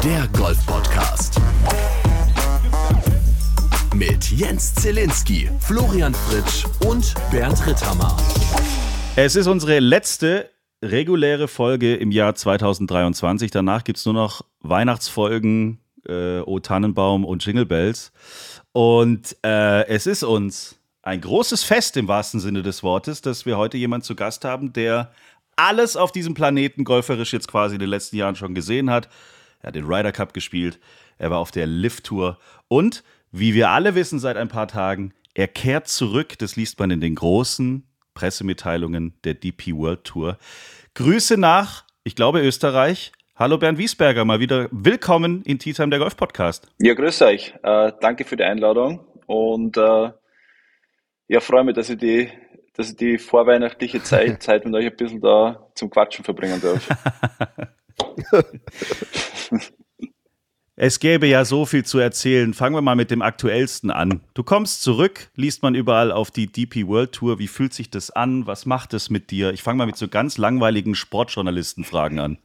Der Golf-Podcast. Mit Jens Zielinski, Florian Fritsch und Bernd Ritthammer. Es ist unsere letzte reguläre Folge im Jahr 2023. Danach gibt es nur noch Weihnachtsfolgen, O Tannenbaum und Jingle Bells. Und es ist uns ein großes Fest im wahrsten Sinne des Wortes, dass wir heute jemanden zu Gast haben, der alles auf diesem Planeten golferisch jetzt quasi in den letzten Jahren schon gesehen hat. Er hat den Ryder Cup gespielt, er war auf der LIV Tour und, wie wir alle wissen seit ein paar Tagen, er kehrt zurück, das liest man in den großen Pressemitteilungen der DP World Tour. Grüße nach, ich glaube, Österreich. Hallo Bernd Wiesberger, mal wieder willkommen in Tea Time, der Golf-Podcast. Ja, grüß euch. Danke für die Einladung und freue mich, dass ich die vorweihnachtliche Zeit mit euch ein bisschen da zum Quatschen verbringen darf. Es gäbe ja so viel zu erzählen. Fangen wir mal mit dem Aktuellsten an. Du kommst zurück, liest man überall auf die DP World Tour. Wie fühlt sich das an? Was macht es mit dir? Ich fange mal mit so ganz langweiligen Sportjournalistenfragen an.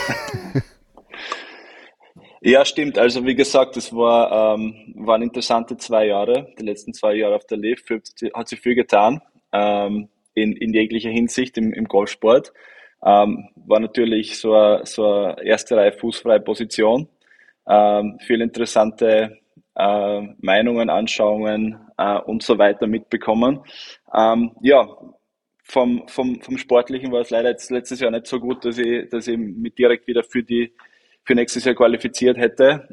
Ja, stimmt. Also wie gesagt, es waren interessante 2 Jahre. Die letzten 2 Jahre auf der LIV hat sich viel getan, in jeglicher Hinsicht im Golfsport. War natürlich so eine erste Reihe fußfreie Position. Viele interessante Meinungen, Anschauungen und so weiter mitbekommen. Vom Sportlichen war es leider jetzt letztes Jahr nicht so gut, dass ich mich direkt wieder für nächstes Jahr qualifiziert hätte.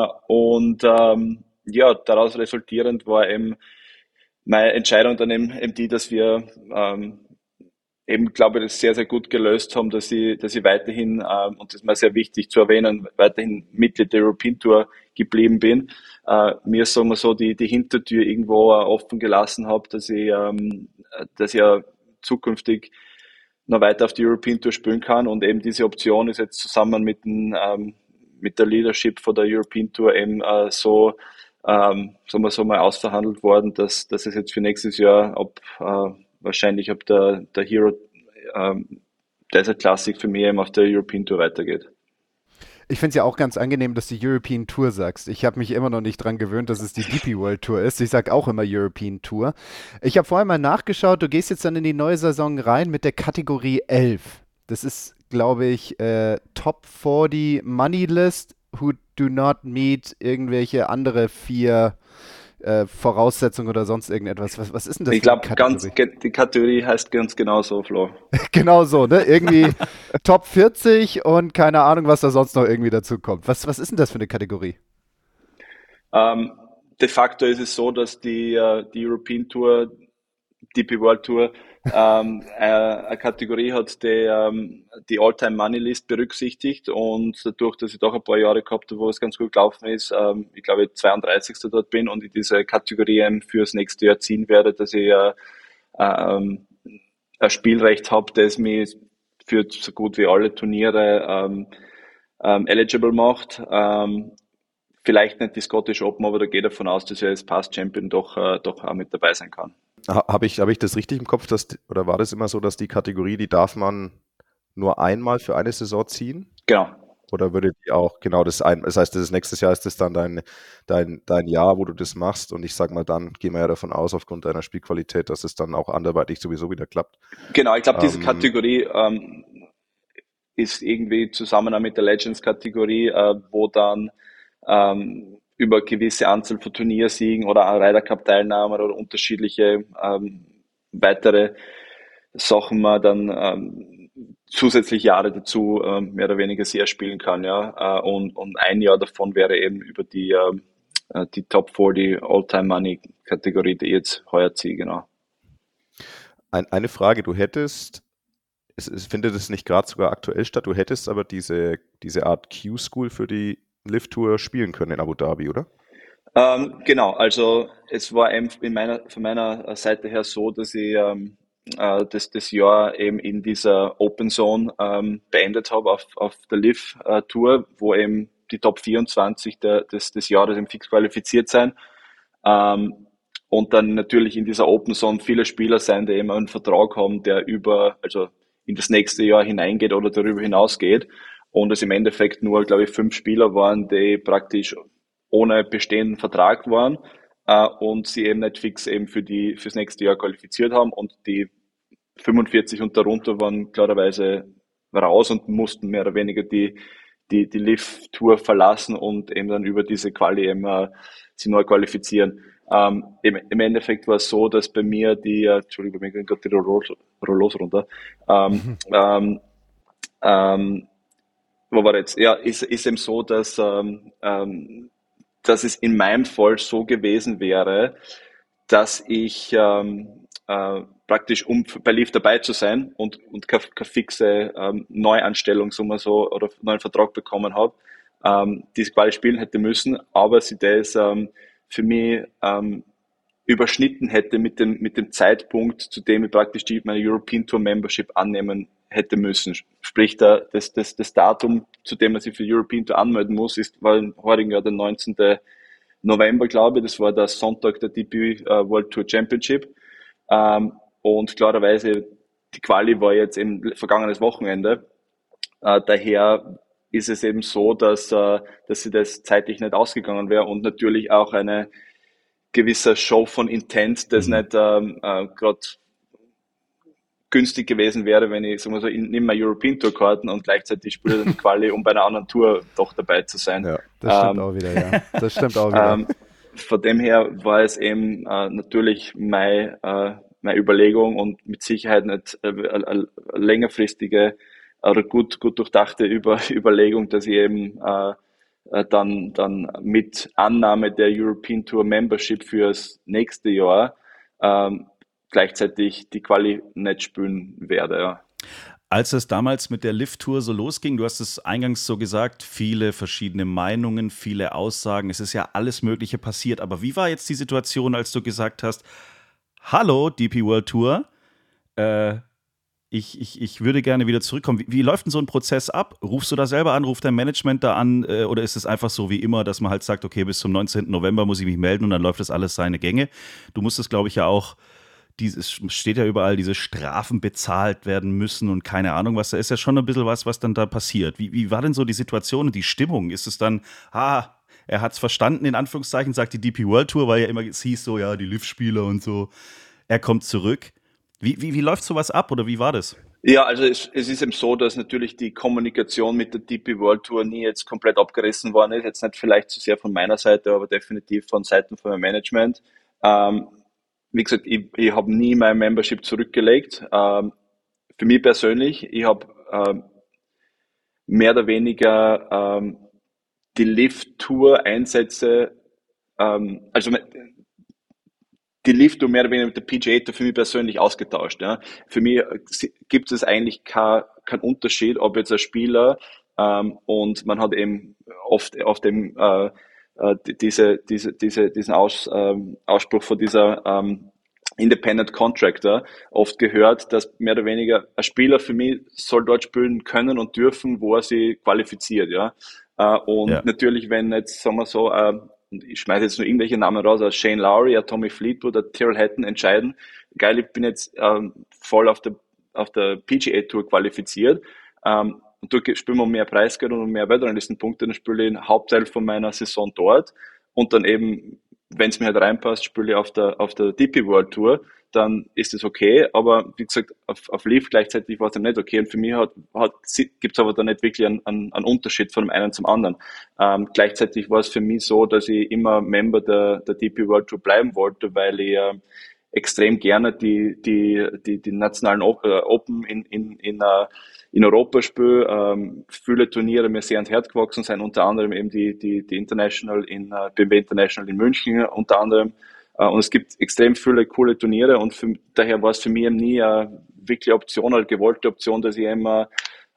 Daraus resultierend war eben meine Entscheidung dann eben die, dass wir eben, glaube ich, das sehr, sehr gut gelöst haben, dass ich weiterhin, und das ist mir sehr wichtig zu erwähnen, weiterhin Mitglied der European Tour geblieben bin. Mir, sagen wir so, die Hintertür irgendwo offen gelassen habe, dass ich ja zukünftig noch weiter auf die European Tour spielen kann, und eben diese Option ist jetzt zusammen mit der Leadership von der European Tour eben sagen wir so, mal ausverhandelt worden, dass es jetzt für nächstes Jahr wahrscheinlich ab der Hero Desert Classic für mich eben auf der European Tour weitergeht. Ich finde es ja auch ganz angenehm, dass du European Tour sagst. Ich habe mich immer noch nicht dran gewöhnt, dass es die DP World Tour ist. Ich sage auch immer European Tour. Ich habe vorher mal nachgeschaut, du gehst jetzt dann in die neue Saison rein mit der Kategorie 11. Das ist, glaube ich, Top 40 Money List who do not meet irgendwelche andere 4 Voraussetzungen oder sonst irgendetwas. Was ist denn das? Ich glaube, die Kategorie heißt ganz genau so, Flo. Genau so, ne? Irgendwie Top 40 und keine Ahnung, was da sonst noch irgendwie dazu kommt. Was ist denn das für eine Kategorie? De facto ist es so, dass die European Tour, DP World Tour, eine Kategorie hat, die All-Time Money List berücksichtigt, und dadurch, dass ich doch ein paar Jahre gehabt habe, wo es ganz gut gelaufen ist, ich glaube 32. dort bin und ich diese Kategorie fürs nächste Jahr ziehen werde, dass ich ein Spielrecht habe, das mich für so gut wie alle Turniere eligible macht. Vielleicht nicht die Scottish Open, aber da gehe ich davon aus, dass ich als Past Champion doch auch mit dabei sein kann. Habe ich das richtig im Kopf, oder war das immer so, dass die Kategorie, die darf man nur einmal für eine Saison ziehen? Genau. Oder würde die auch, genau, das heißt, nächstes Jahr ist das dann dein Jahr, wo du das machst, und ich sag mal, dann gehen wir ja davon aus, aufgrund deiner Spielqualität, dass es dann auch anderweitig sowieso wieder klappt. Genau, ich glaube, diese Kategorie ist irgendwie zusammen mit der Legends-Kategorie, wo dann über gewisse Anzahl von Turniersiegen oder Ryder Cup Teilnahmen oder unterschiedliche weitere Sachen man dann zusätzlich Jahre dazu mehr oder weniger sehr spielen kann, ja. Und ein Jahr davon wäre eben über die Top 40 All-Time Money Kategorie, die ich jetzt heuer ziehe, genau. Eine Frage, du hättest, es findet es nicht gerade sogar aktuell statt, du hättest aber diese Art Q-School für die LIV Tour spielen können in Abu Dhabi, oder? Genau, also es war eben von meiner Seite her so, dass ich das Jahr eben in dieser Open Zone beendet habe auf der LIV Tour, wo eben die Top 24 des Jahres eben fix qualifiziert sein. Und dann natürlich in dieser Open Zone viele Spieler sein, die eben einen Vertrag haben, der in das nächste Jahr hineingeht oder darüber hinausgeht. und es im Endeffekt nur, glaube ich, 5 Spieler waren, die praktisch ohne bestehenden Vertrag waren und sie eben nicht fix eben fürs nächste Jahr qualifiziert haben, und die 45 und darunter waren klarerweise raus und mussten mehr oder weniger die Lift-Tour verlassen und eben dann über diese Quali eben sie neu qualifizieren. Im Endeffekt war es so, dass bei mir Entschuldigung, bei mir ging gerade die Rollos runter. Wo war jetzt? Ja, ist eben so, dass es in meinem Fall so gewesen wäre, dass ich praktisch, um bei Leaf dabei zu sein und keine fixe Neuanstellung, sagen wir so, oder neuen Vertrag bekommen habe, diese Quali spielen hätte müssen, aber sie das für mich überschnitten hätte mit dem Zeitpunkt, zu dem ich praktisch meine European Tour Membership annehmen hätte müssen. Sprich, das Datum, zu dem man sich für die European Tour anmelden muss, war im heutigen Jahr der 19. November, glaube ich. Das war der Sonntag der DP World Tour Championship. Und klarerweise, die Quali war jetzt im vergangenes Wochenende. Daher ist es eben so, dass sie das zeitlich nicht ausgegangen wäre, und natürlich auch eine gewisse Show von Intent, das nicht gerade günstig gewesen wäre, wenn ich, sagen wir so, ich nehme meine European Tour Karten und gleichzeitig spiele dann die Quali, um bei einer anderen Tour doch dabei zu sein. Ja, das stimmt auch wieder, ja. Das stimmt auch wieder. Von dem her war es eben natürlich meine Überlegung und mit Sicherheit nicht eine längerfristige oder gut durchdachte Überlegung, dass ich eben dann mit Annahme der European Tour Membership fürs nächste Jahr gleichzeitig die Quali nicht spielen werde. Ja. Als es damals mit der Lift-Tour so losging, du hast es eingangs so gesagt, viele verschiedene Meinungen, viele Aussagen, es ist ja alles Mögliche passiert, aber wie war jetzt die Situation, als du gesagt hast, hallo DP World Tour, ich würde gerne wieder zurückkommen. Wie läuft denn so ein Prozess ab? Rufst du da selber an, ruft dein Management da an, oder ist es einfach so wie immer, dass man halt sagt, okay, bis zum 19. November muss ich mich melden und dann läuft das alles seine Gänge? Du musstest, glaube ich, ja auch, es steht ja überall, diese Strafen bezahlt werden müssen und keine Ahnung was, da ist ja schon ein bisschen was dann da passiert. Wie war denn so die Situation und die Stimmung? Ist es dann, er hat es verstanden, in Anführungszeichen, sagt die DP World Tour, weil ja immer es hieß so, ja, die Liv-Spieler und so, er kommt zurück. Wie läuft sowas ab oder wie war das? Ja, also es ist eben so, dass natürlich die Kommunikation mit der DP World Tour nie jetzt komplett abgerissen worden ist. Jetzt nicht vielleicht zu sehr von meiner Seite, aber definitiv von Seiten von meinem Management. Wie gesagt, ich habe nie mein Membership zurückgelegt. Für mich persönlich, ich habe mehr oder weniger die Lift-Tour-Einsätze, also die Lift-Tour mehr oder weniger mit der PGA-Tour für mich persönlich ausgetauscht. Ja. Für mich gibt es eigentlich keinen Unterschied, ob jetzt ein Spieler und man hat eben oft auf dem diesen Ausspruch von dieser Independent Contractor oft gehört, dass mehr oder weniger ein Spieler für mich soll dort spielen können und dürfen, wo er sich qualifiziert, ja. Und Ja. Natürlich, wenn jetzt, sagen wir so, ich schmeiße jetzt nur irgendwelche Namen raus, als Shane Lowry, Tommy Fleetwood, Tyrrell Hatton entscheiden, geil, ich bin jetzt voll auf der PGA Tour qualifiziert, und du spielen wir um mehr Preisgeld und um mehr Weltranglistenpunkte, dann spiele ich einen Hauptteil von meiner Saison dort und dann eben, wenn es mir halt reinpasst, spiele ich auf der DP World Tour, dann ist es okay, aber wie gesagt, auf Leaf gleichzeitig war es dann nicht okay, und für mich gibt es aber da nicht wirklich einen Unterschied von dem einen zum anderen. Gleichzeitig war es für mich so, dass ich immer Member der DP World Tour bleiben wollte, weil ich extrem gerne die nationalen Open in Europa spiele, viele Turniere mir sehr ans Herz gewachsen sind, unter anderem eben die International BMW International in München unter anderem. Und es gibt extrem viele coole Turniere, und daher war es für mich eben nie eine wirkliche Option, eine gewollte Option, dass ich immer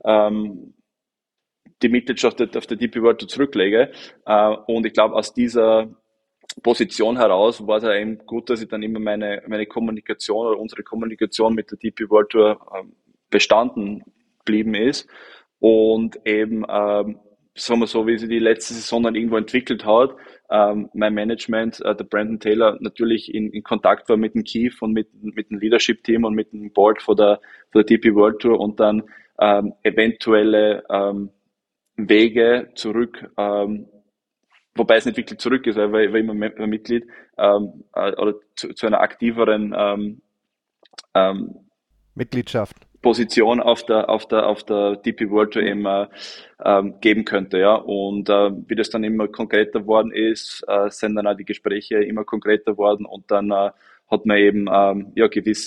die Mitgliedschaft auf der DP World Tour zurücklege. Und ich glaube, aus dieser Position heraus war es ja eben gut, dass ich dann immer meine Kommunikation oder unsere Kommunikation mit der DP World Tour bestanden geblieben ist, und eben, sagen wir so, wie sie die letzte Saison dann irgendwo entwickelt hat, mein Management, der Brandon Taylor, natürlich in Kontakt war mit dem Keith und mit dem Leadership-Team und mit dem Board von der DP World Tour, und dann eventuelle Wege zurück, wobei es nicht wirklich zurück ist, weil ich war immer Mitglied, oder zu einer aktiveren Mitgliedschaft. Position auf der DP World Tour eben geben könnte, ja. Und wie das dann immer konkreter worden ist, sind dann auch die Gespräche immer konkreter worden und dann hat man eben ja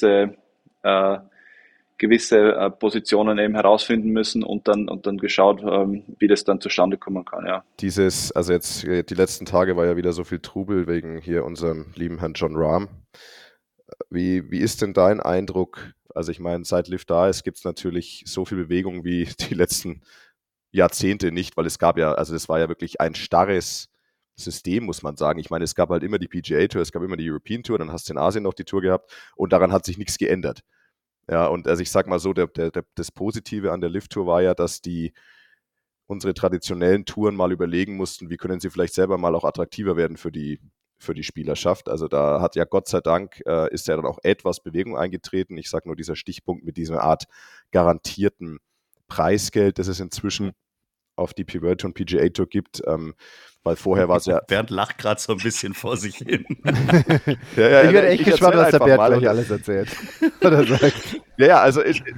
gewisse Positionen eben herausfinden müssen und dann geschaut, wie das dann zustande kommen kann, ja. Also jetzt die letzten Tage war ja wieder so viel Trubel wegen hier unserem lieben Herrn Jon Rahm. Wie ist denn dein Eindruck? Also ich meine, seit Liv da ist, gibt es natürlich so viel Bewegung wie die letzten Jahrzehnte nicht, weil es gab ja, also das war ja wirklich ein starres System, muss man sagen. Ich meine, es gab halt immer die PGA Tour, es gab immer die European Tour, dann hast du in Asien noch die Tour gehabt und daran hat sich nichts geändert. Ja, und also ich sag mal so, das Positive an der Liv Tour war ja, dass unsere traditionellen Touren mal überlegen mussten, wie können sie vielleicht selber mal auch attraktiver werden für die Spielerschaft. Also da hat ja Gott sei Dank, ist ja dann auch etwas Bewegung eingetreten. Ich sage nur dieser Stichpunkt mit dieser Art garantierten Preisgeld, das es inzwischen auf DP World Tour und PGA Tour gibt, weil vorher war es ja... Bernd lacht gerade so ein bisschen vor sich hin. Ich bin echt gespannt, was der Bernd gleich alles erzählt. Oder sagt. Also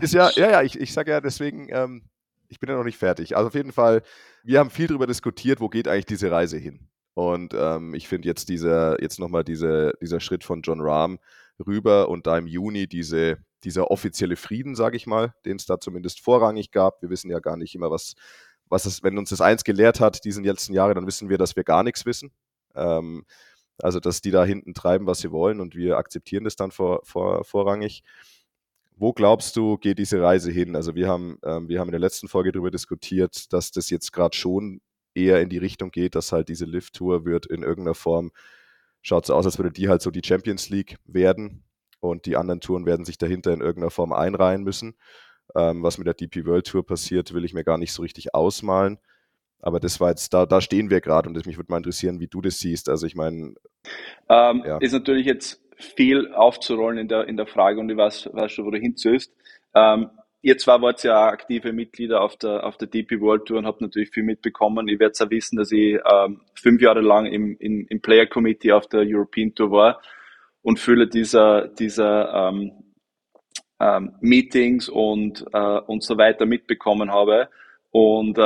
ich sage ja deswegen, ich bin ja noch nicht fertig. Also auf jeden Fall, wir haben viel darüber diskutiert, wo geht eigentlich diese Reise hin. Und ich finde jetzt nochmal dieser Schritt von Jon Rahm rüber und da im Juni dieser offizielle Frieden, sage ich mal, den es da zumindest vorrangig gab. Wir wissen ja gar nicht immer, wenn uns das eins gelehrt hat, diesen letzten Jahre, dann wissen wir, dass wir gar nichts wissen. Also, dass die da hinten treiben, was sie wollen und wir akzeptieren das dann vorrangig. Wo glaubst du, geht diese Reise hin? Also wir haben in der letzten Folge darüber diskutiert, dass das jetzt gerade schon eher in die Richtung geht, dass halt diese Liv Tour wird in irgendeiner Form, schaut so aus, als würde die halt so die Champions League werden und die anderen Touren werden sich dahinter in irgendeiner Form einreihen müssen. Was mit der DP World Tour passiert, will ich mir gar nicht so richtig ausmalen. Aber das war jetzt, da stehen wir gerade und mich würde mal interessieren, wie du das siehst. Also ich meine... Ist natürlich jetzt viel aufzurollen in der Frage und ich weiß schon, wo du hinziehst. Ihr zwei wart ja aktive Mitglieder auf der DP World Tour und habt natürlich viel mitbekommen. Ich werde es auch wissen, dass ich 5 Jahre lang im Player Committee auf der European Tour war und viele dieser Meetings und so weiter mitbekommen habe. Und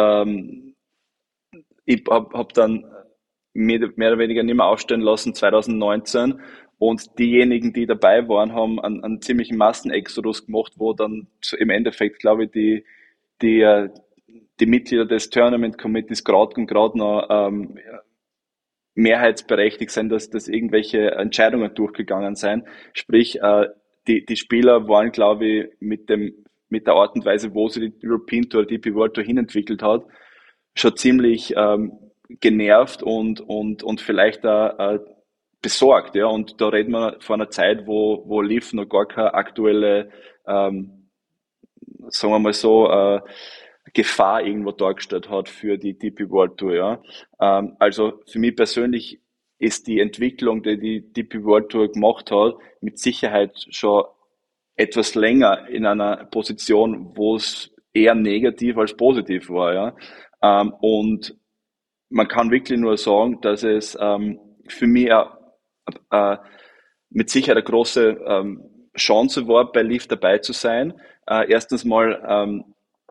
ich hab dann mehr oder weniger nicht mehr ausstellen lassen 2019. Und diejenigen, die dabei waren, haben einen ziemlichen Massenexodus gemacht, wo dann im Endeffekt, glaube ich, die Mitglieder des Tournament Committees gerade noch mehrheitsberechtigt sind, dass irgendwelche Entscheidungen durchgegangen sind. Sprich, die Spieler waren, glaube ich, mit der Art und Weise, wo sie die European Tour, die DP World Tour hinentwickelt hat, schon ziemlich genervt und vielleicht auch besorgt, ja. Und da reden wir von einer Zeit, wo Liv noch gar keine aktuelle, sagen wir mal so, Gefahr irgendwo dargestellt hat für die DP World Tour, ja. Also für mich persönlich ist die Entwicklung, die DP World Tour gemacht hat, mit Sicherheit schon etwas länger in einer Position, wo es eher negativ als positiv war, ja. Und man kann wirklich nur sagen, dass es für mich mit Sicherheit eine große Chance war, bei Liv dabei zu sein. Erstens mal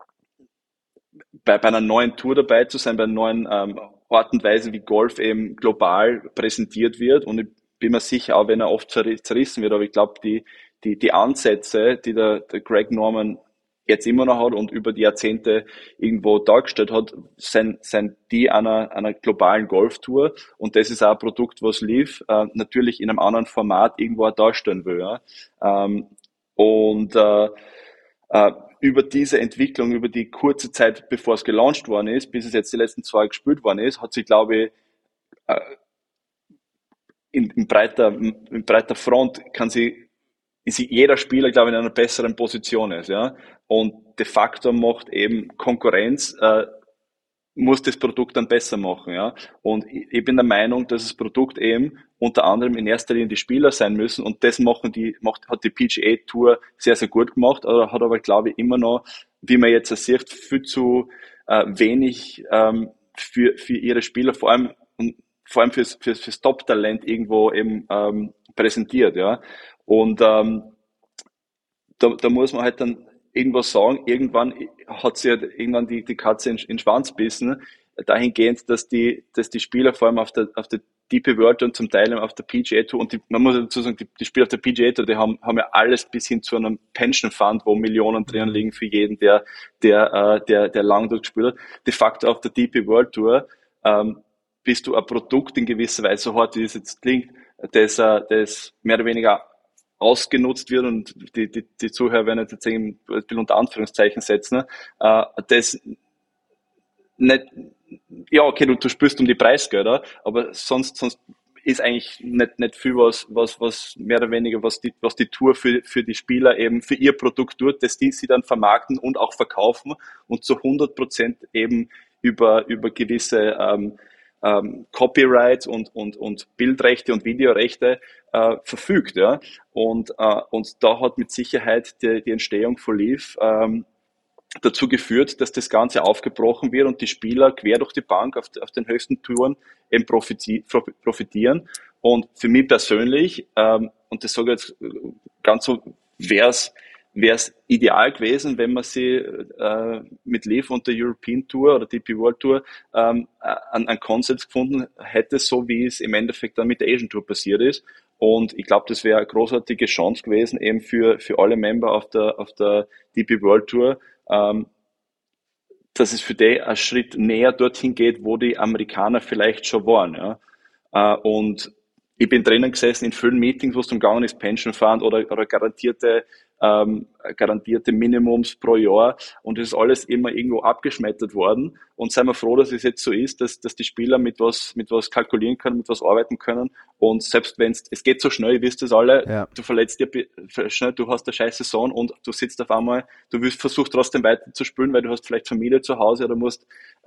bei einer neuen Tour dabei zu sein, bei einer neuen Art und Weise, wie Golf eben global präsentiert wird. Und ich bin mir sicher, auch wenn er oft zerrissen wird, aber ich glaube, die Ansätze, die der Greg Norman jetzt immer noch hat und über die Jahrzehnte irgendwo dargestellt hat, sind die einer globalen Golftour. Und das ist auch ein Produkt, was Liv natürlich in einem anderen Format irgendwo auch darstellen will. Ja. Über diese Entwicklung, über die kurze Zeit, bevor es gelauncht worden ist, bis es jetzt die letzten 2 Jahre gespielt worden ist, hat sich, glaube ich, in breiter Front ist jeder Spieler, glaube ich, in einer besseren Position ist, ja. Und de facto macht eben Konkurrenz, muss das Produkt dann besser machen, ja. Und ich bin der Meinung, dass das Produkt eben unter anderem in erster Linie die Spieler sein müssen und das hat die PGA Tour sehr, sehr gut gemacht, hat aber, glaube ich, immer noch wie man jetzt sieht, viel zu wenig für ihre Spieler, vor allem fürs Top-Talent irgendwo eben präsentiert, ja. Und da muss man halt dann irgendwas sagen. Irgendwann hat sie halt irgendwann die Katze in den Schwanz bissen, dahingehend, dass die Spieler vor allem auf der DP World und zum Teil auf der PGA Tour, und man muss dazu sagen, die Spieler auf der PGA Tour, die haben ja alles bis hin zu einem Pension Fund, wo Millionen drin liegen für jeden, der lang durchgespielt hat. De facto auf der DP World Tour bist du ein Produkt in gewisser Weise, so hart wie es jetzt klingt, das mehr oder weniger ausgenutzt wird, und die Zuhörer werden jetzt ein bisschen unter Anführungszeichen setzen, das nicht, ja, okay, du spielst um die Preisgelder, aber sonst ist eigentlich nicht viel was mehr oder weniger, was die Tour für die Spieler eben für ihr Produkt tut, das die sie dann vermarkten und auch verkaufen und zu 100% eben über gewisse Copyright und Bildrechte und Videorechte verfügt, ja. Und da hat mit Sicherheit die Entstehung von Leaf dazu geführt, dass das Ganze aufgebrochen wird und die Spieler quer durch die Bank auf den höchsten Touren eben profitieren. Und für mich persönlich, und das sage ich jetzt ganz so, wäre es ideal gewesen, wenn man sie mit Leaf und der European Tour oder DP World Tour einen Konsens gefunden hätte, so wie es im Endeffekt dann mit der Asian Tour passiert ist. Und ich glaube, das wäre eine großartige Chance gewesen, eben für alle Member auf der DP World Tour, dass es für die einen Schritt näher dorthin geht, wo die Amerikaner vielleicht schon waren. Ja. Und ich bin drinnen gesessen in vielen Meetings, wo es umgegangen ist, Pension Fund oder garantierte Minimums pro Jahr, und es ist alles immer irgendwo abgeschmettert worden, und seien wir froh, dass es jetzt so ist, dass die Spieler mit was kalkulieren können, mit was arbeiten können, und selbst wenn es geht so schnell, ihr wisst das alle, ja. Du verletzt dir schnell, du hast eine scheiß Saison und du sitzt auf einmal, versuchst trotzdem weiter zu spielen, weil du hast vielleicht Familie zu Hause oder musst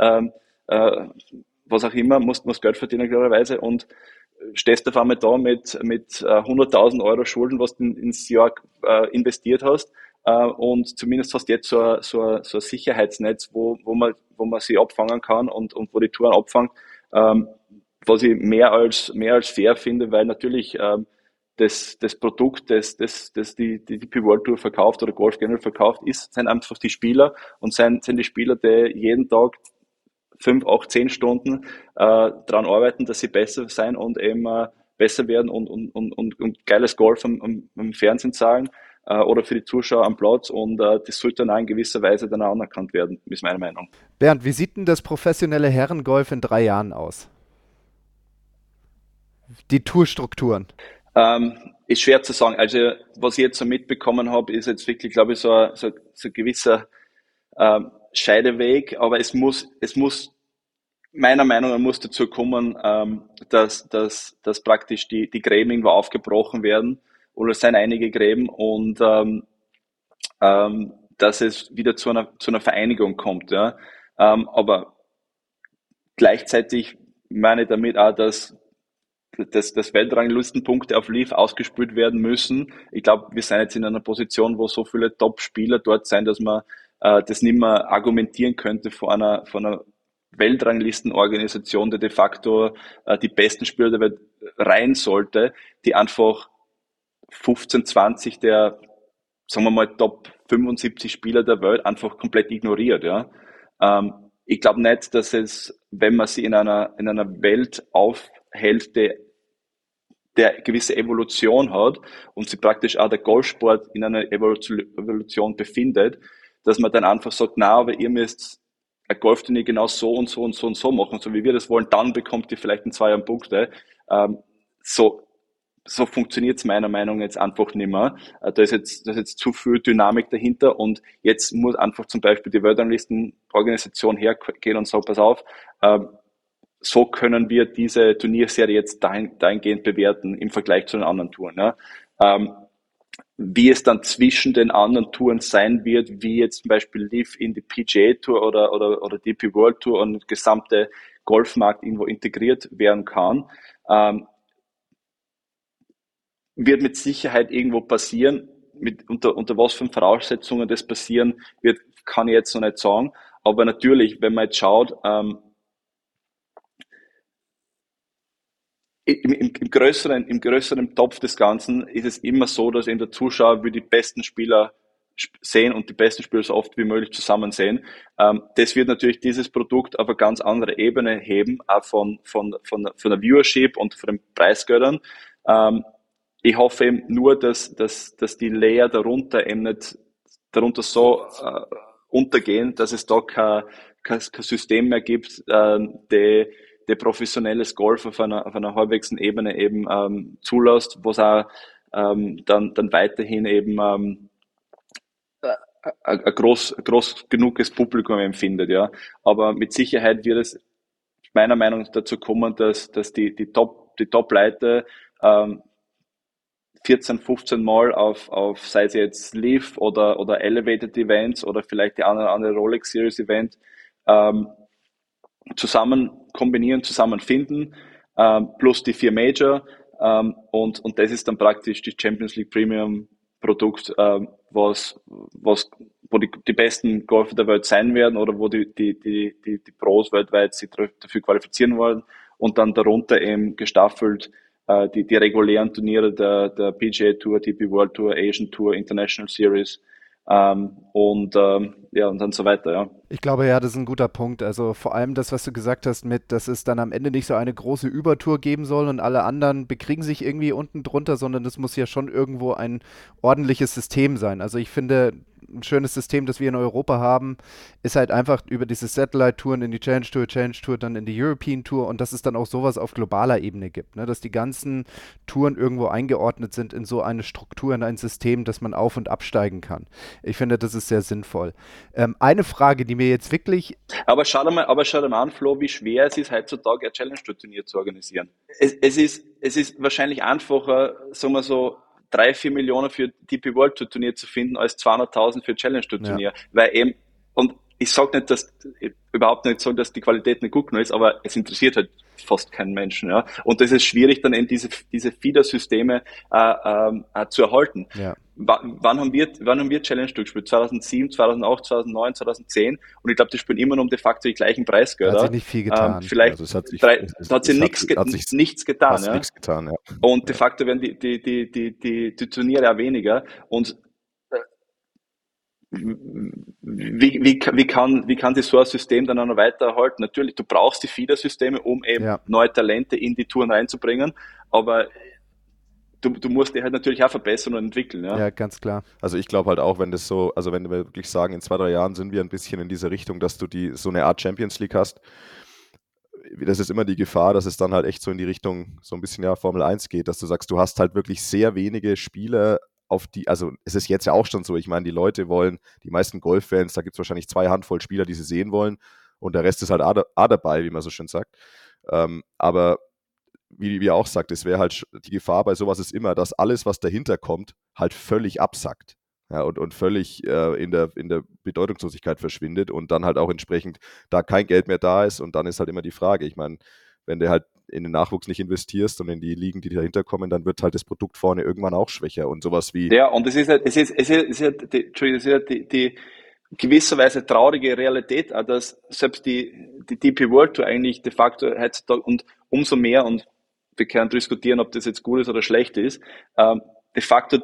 was auch immer, musst Geld verdienen klarerweise, und stehst auf einmal da mit 100.000 Euro Schulden, was du ins Jahr investiert hast, und zumindest hast du jetzt so ein Sicherheitsnetz, wo man sie abfangen kann und wo die Touren abfangen, was ich mehr als fair finde, weil natürlich das Produkt, das die DP World Tour verkauft oder Golf generell verkauft, sind einfach die Spieler, und sind die Spieler, die jeden Tag 5, 8, 10 Stunden daran arbeiten, dass sie besser sein und eben besser werden und geiles Golf am Fernsehen zeigen oder für die Zuschauer am Platz, und das sollte dann auch in gewisser Weise dann auch anerkannt werden, ist meine Meinung. Bernd, wie sieht denn das professionelle Herrengolf in 3 Jahren aus? Die Tourstrukturen? Ist schwer zu sagen. Also was ich jetzt so mitbekommen habe, ist jetzt wirklich, glaube ich, so ein gewisser Scheideweg, aber es muss meiner Meinung nach muss dazu kommen, dass praktisch die Gräben irgendwo aufgebrochen werden, oder es sind einige Gräben, und dass es wieder zu einer Vereinigung kommt, ja. Aber gleichzeitig meine ich damit auch, dass Weltranglistenpunkte auf Leaf ausgespielt werden müssen. Ich glaube, wir sind jetzt in einer Position, wo so viele Top-Spieler dort sind, dass man das nicht mehr argumentieren könnte von einer Weltranglistenorganisation, die de facto die besten Spieler der Welt rein sollte, die einfach 15, 20 der, sagen wir mal, Top 75 Spieler der Welt einfach komplett ignoriert. Ja. Ich glaube nicht, dass es, wenn man sie in einer Welt aufhält, der gewisse Evolution hat und sie praktisch auch der Golfsport in einer Evolution befindet, dass man dann einfach sagt, na, aber ihr müsst ein Golfturnier genau so und so und so und so machen, so wie wir das wollen, dann bekommt ihr vielleicht in 2 Jahren Punkte. So funktioniert es meiner Meinung nach jetzt einfach nicht mehr. Da ist jetzt zu viel Dynamik dahinter, und jetzt muss einfach zum Beispiel die Weltranglistenorganisation hergehen und sagen, pass auf, so können wir diese Turnierserie jetzt dahingehend bewerten im Vergleich zu den anderen Touren. Ja. Wie es dann zwischen den anderen Touren sein wird, wie jetzt zum Beispiel Leaf in die PGA Tour oder DP World Tour und gesamte Golfmarkt irgendwo integriert werden kann, wird mit Sicherheit irgendwo passieren. unter was für Voraussetzungen das passieren wird, kann ich jetzt noch nicht sagen. Aber natürlich, wenn man jetzt schaut, im größeren Topf des Ganzen ist es immer so, dass eben der Zuschauer will die besten Spieler sehen und die besten Spieler so oft wie möglich zusammen sehen. Das wird natürlich dieses Produkt auf eine ganz andere Ebene heben, auch von der Viewership und von den Preisgeldern. Ich hoffe eben nur, dass die Layer darunter eben nicht darunter so untergehen, dass es da kein System mehr gibt, der professionelles Golf auf einer halbwegs Ebene eben zulässt, was auch dann weiterhin eben ein groß genuges Publikum empfindet, ja. Aber mit Sicherheit wird es meiner Meinung nach dazu kommen, dass die Top-Leute 14, 15 Mal auf sei es jetzt Live oder Elevated Events oder vielleicht die andere Rolex Series Event zusammen kombinieren, zusammen finden, plus die 4 Major, und das ist dann praktisch die Champions League Premium Produkt, wo die besten Golfer der Welt sein werden oder wo die Pros weltweit sich dafür qualifizieren wollen und dann darunter eben gestaffelt die regulären Turniere der PGA Tour, DP World Tour, Asian Tour, International Series, und dann so weiter, ja. Ich glaube, ja, das ist ein guter Punkt. Also vor allem das, was du gesagt hast, dass es dann am Ende nicht so eine große Übertour geben soll und alle anderen bekriegen sich irgendwie unten drunter, sondern es muss ja schon irgendwo ein ordentliches System sein. Also ich finde, ein schönes System, das wir in Europa haben, ist halt einfach über diese Satellite-Touren in die Challenge Tour dann in die European Tour und dass es dann auch sowas auf globaler Ebene gibt, ne? Dass die ganzen Touren irgendwo eingeordnet sind in so eine Struktur, in ein System, dass man auf- und absteigen kann. Ich finde, das ist sehr sinnvoll. Eine Frage, die mir jetzt wirklich... Aber schau dir mal an, Flo, wie schwer es ist, heutzutage ein Challenge-Tour-Turnier zu organisieren. Es ist wahrscheinlich einfacher, sagen wir so, 3-4 Millionen für DP World Tour Turnier zu finden, als 200.000 für Challenge Tour Turnier. Ja. Weil eben, und ich sage nicht, überhaupt nicht so, dass die Qualität nicht gut genug ist, aber es interessiert halt fast keinen Menschen, ja. Und das ist schwierig, dann eben diese Feeder-Systeme zu erhalten. Ja. Wann haben wir Challenge Tour gespielt? 2007, 2008, 2009, 2010. Und ich glaube, die spielen immer noch de facto die gleichen Preisgelder. Hat sich nicht viel getan. Vielleicht also hat sich nichts getan. Ja. Nichts getan, ja. Und de facto werden die Turniere auch weniger. Und wie kann sich so ein System dann auch noch weiter erhalten? Natürlich, du brauchst die Feeder-Systeme, um eben neue Talente in die Touren reinzubringen, aber du musst die halt natürlich auch verbessern und entwickeln. Ja, ganz klar. Also ich glaube halt auch, wenn wir wirklich sagen, in 2-3 Jahren sind wir ein bisschen in dieser Richtung, dass du so eine Art Champions League hast, das ist immer die Gefahr, dass es dann halt echt so in die Richtung so ein bisschen Formel 1 geht, dass du sagst, du hast halt wirklich sehr wenige Spieler, also es ist jetzt ja auch schon so, ich meine, die meisten Golffans, da gibt es wahrscheinlich 2 Handvoll Spieler, die sie sehen wollen und der Rest ist halt auch dabei, wie man so schön sagt. Aber wie ihr auch sagt, es wäre halt die Gefahr bei sowas ist immer, dass alles, was dahinter kommt, halt völlig absackt. Ja, und völlig in der Bedeutungslosigkeit verschwindet und dann halt auch entsprechend da kein Geld mehr da ist und dann ist halt immer die Frage, ich meine, wenn du halt in den Nachwuchs nicht investierst und in die Ligen, die dahinter kommen, dann wird halt das Produkt vorne irgendwann auch schwächer und sowas wie... Ja, und es ist die gewisserweise traurige Realität, auch dass selbst die DP World Tour eigentlich de facto heutzutage und umso mehr, und wir können diskutieren, ob das jetzt gut ist oder schlecht ist, de facto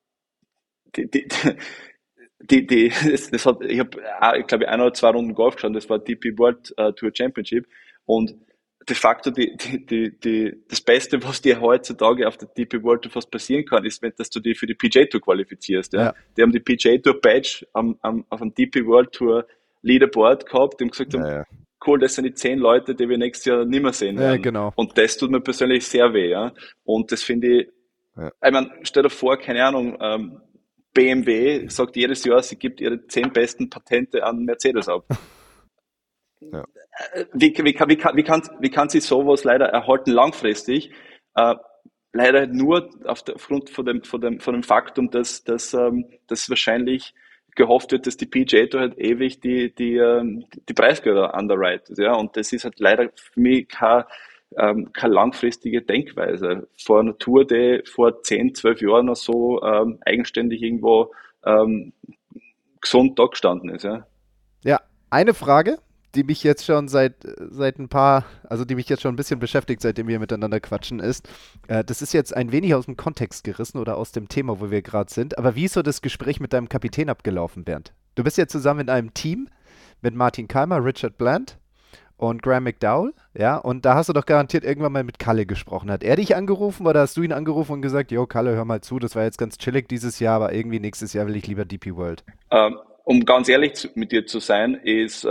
ich habe, glaube ich, 1 oder 2 Runden Golf geschaut, das war DP World Tour Championship und de facto das Beste, was dir heutzutage auf der DP World Tour fast passieren kann, ist, dass du dich für die PGA Tour qualifizierst. Ja? Die haben die PGA Tour Badge auf dem DP World Tour Leaderboard gehabt, die haben gesagt, cool, das sind die 10 Leute, die wir nächstes Jahr nicht mehr sehen werden. Genau. Und das tut mir persönlich sehr weh. Ja? Und das finde ich, ich meine, stell dir vor, keine Ahnung, BMW sagt jedes Jahr, sie gibt ihre 10 besten Patente an Mercedes ab. Ja. Wie kann sich sowas leider erhalten langfristig? Leider nur aufgrund von dem Faktum, dass wahrscheinlich gehofft wird, dass die PGA Tour halt ewig die Preisgelder underwritet. Ja? Und das ist halt leider für mich keine langfristige Denkweise. Vor einer Tour, die vor 10, 12 Jahren noch so eigenständig irgendwo gesund da gestanden ist. Ja. Ja, eine Frage, die mich jetzt schon die mich jetzt schon ein bisschen beschäftigt, seitdem wir miteinander quatschen, ist, das ist jetzt ein wenig aus dem Kontext gerissen oder aus dem Thema, wo wir gerade sind, aber wie ist so das Gespräch mit deinem Kapitän abgelaufen, Bernd? Du bist jetzt zusammen in einem Team mit Martin Keimer, Richard Bland und Graham McDowell, ja, und da hast du doch garantiert irgendwann mal mit Kalle gesprochen. Hat er dich angerufen oder hast du ihn angerufen und gesagt, jo, Kalle, hör mal zu, das war jetzt ganz chillig dieses Jahr, aber irgendwie nächstes Jahr will ich lieber DP World? Um ganz ehrlich mit dir zu sein, ist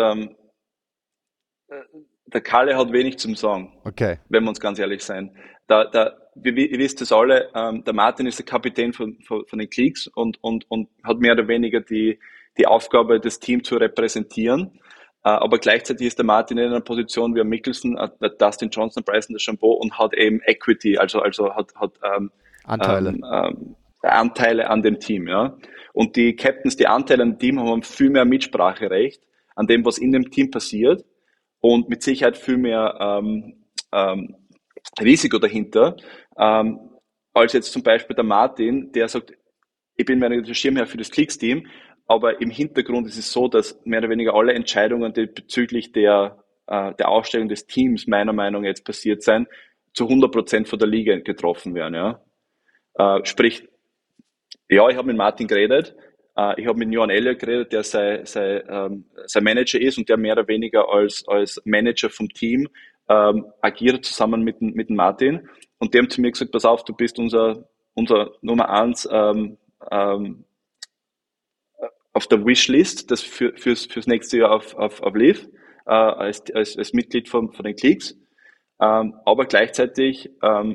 der Kalle hat wenig zum Sagen, Okay. wenn wir uns ganz ehrlich sein. Ihr wisst es alle, der Martin ist der Kapitän von den Cleeks und hat mehr oder weniger die Aufgabe, das Team zu repräsentieren. Aber gleichzeitig ist der Martin in einer Position wie Mickelson, Dustin Johnson, Bryson DeChambeau und hat eben Equity, also hat Anteile. Anteile an dem Team. Ja. Und die Captains, die Anteile an dem Team haben viel mehr Mitspracherecht an dem, was in dem Team passiert. Und mit Sicherheit viel mehr Risiko dahinter, als jetzt zum Beispiel der Martin, der sagt, ich bin mehr der Schirmherr für das Klicks-Team, aber im Hintergrund ist es so, dass mehr oder weniger alle Entscheidungen, die bezüglich der Ausstellung des Teams meiner Meinung nach jetzt passiert sein, zu 100% von der Liga getroffen werden. Ja. Sprich, ja, ich habe mit Martin geredet, ich habe mit Johan Elliott geredet, der sein Manager ist und der mehr oder weniger als Manager vom Team agiert zusammen mit dem Martin. Und die haben zu mir gesagt, pass auf, du bist unser Nummer 1 auf der Wishlist, das fürs nächste Jahr auf Live, als Mitglied von den Cleeks. Aber gleichzeitig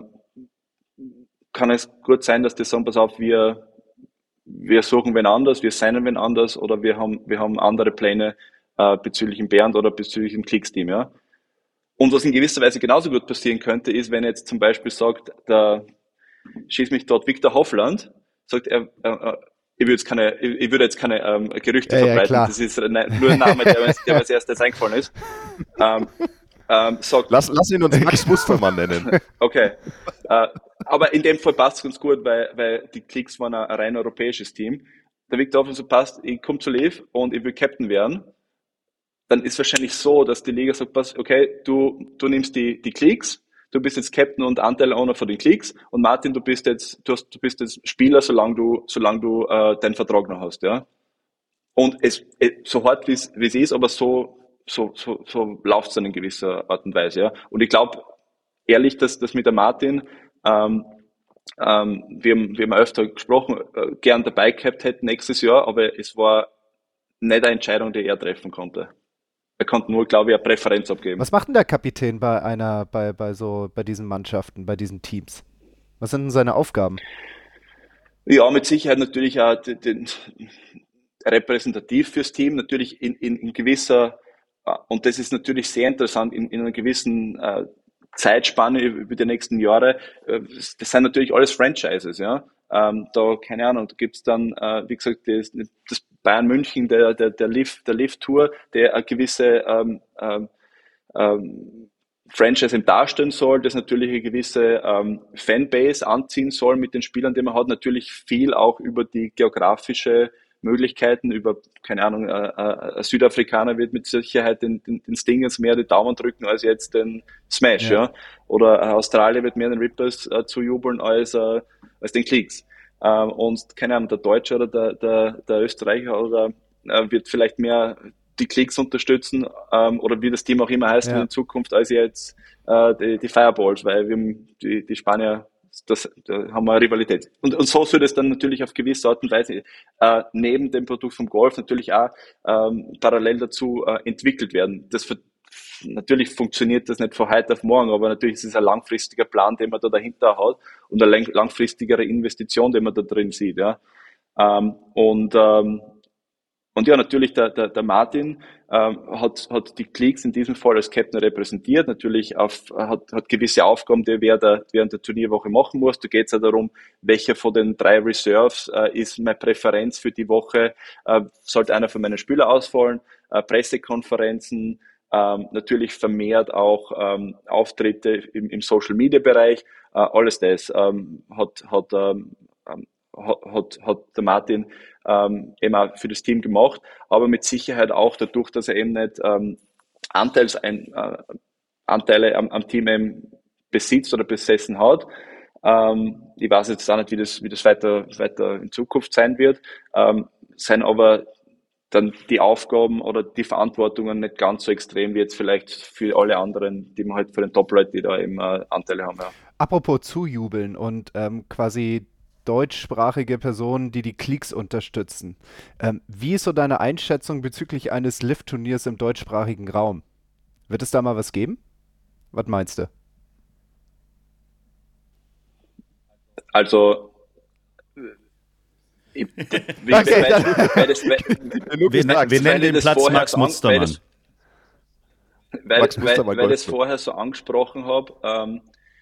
kann es gut sein, dass die sagen, pass auf, wir suchen wen anders, wir signen wen anders oder wir haben andere Pläne bezüglich dem Bernd oder bezüglich dem Clicks-Team, ja. Und was in gewisser Weise genauso gut passieren könnte, ist, wenn er jetzt zum Beispiel sagt, schießt mich dort Viktor Hovland, sagt er, ich würde jetzt keine Gerüchte verbreiten, klar. das ist nur ein Name, der mir als erstes eingefallen ist. Sagt, Lass ihn uns Max Mustermann nennen. Okay. Aber in dem Fall passt es ganz gut, weil die Clicks waren ein rein europäisches Team. Der Viktor Hovland so passt, ich komme zu Liv und ich will Captain werden. Dann ist wahrscheinlich so, dass die Liga sagt, pass, okay, du nimmst die Clicks, du bist jetzt Captain und Anteil-Owner von den Clicks und Martin, du bist jetzt Spieler, solange du deinen Vertrag noch hast, ja. Und es so hart wie es ist, aber so läuft es dann in gewisser Art und Weise, ja. Und ich glaube ehrlich, dass das mit der Martin, wir haben öfter gesprochen, gern dabei gehabt hätten nächstes Jahr, aber es war nicht eine Entscheidung, die er treffen konnte. Er konnte nur, glaube ich, eine Präferenz abgeben. Was macht denn der Kapitän bei diesen Mannschaften, bei diesen Teams? Was sind denn seine Aufgaben? Ja, mit Sicherheit natürlich auch repräsentativ fürs Team, natürlich in gewisser, und das ist natürlich sehr interessant, in einer gewissen Zeitspanne über die nächsten Jahre. Das sind natürlich alles Franchises, ja. Da, keine Ahnung, da gibt's dann, wie gesagt, das Bayern München, der Live Tour, der eine gewisse Franchise darstellen soll, das natürlich eine gewisse Fanbase anziehen soll mit den Spielern, die man hat. Natürlich viel auch über die geografische Möglichkeiten, über, keine Ahnung, ein Südafrikaner wird mit Sicherheit den Stingers mehr die Daumen drücken als jetzt den Smash, ja. Oder ein Australier wird mehr den Rippers zujubeln als den Cleeks. Und, keine Ahnung, der Deutsche oder der Österreicher oder wird vielleicht mehr die Cleeks unterstützen oder wie das Team auch immer heißt in Zukunft, als jetzt die Fireballs, weil wir haben die Spanier, da haben wir eine Rivalität. Und so soll das dann natürlich auf gewisse Art und Weise neben dem Produkt vom Golf natürlich auch parallel dazu entwickelt werden. Natürlich funktioniert das nicht von heute auf morgen, aber natürlich ist es ein langfristiger Plan, den man da dahinter hat und eine langfristigere Investition, die man da drin sieht. Ja. Und ja, natürlich der Martin hat die Cleeks in diesem Fall als Captain repräsentiert, natürlich hat gewisse Aufgaben, die er während der Turnierwoche machen muss. Da geht es ja darum, welcher von den 3 Reserves ist meine Präferenz für die Woche, sollte einer von meinen Spielern ausfallen, Pressekonferenzen, natürlich vermehrt auch Auftritte im Social-Media-Bereich. Alles das hat der Martin eben auch für das Team gemacht, aber mit Sicherheit auch dadurch, dass er eben nicht Anteile am Team eben besitzt oder besessen hat. Ich weiß jetzt auch nicht, wie das weiter in Zukunft sein wird, sind aber dann die Aufgaben oder die Verantwortungen nicht ganz so extrem wie jetzt vielleicht für alle anderen, die man halt für den Top-Leute, die da eben Anteile haben. Ja. Apropos zujubeln und quasi deutschsprachige Personen, die die Cliques unterstützen. Wie ist so deine Einschätzung bezüglich eines LIV-Turniers im deutschsprachigen Raum? Wird es da mal was geben? Was meinst du? Also wir nennen den Platz Max Mustermann. Weil ich das vorher so angesprochen habe,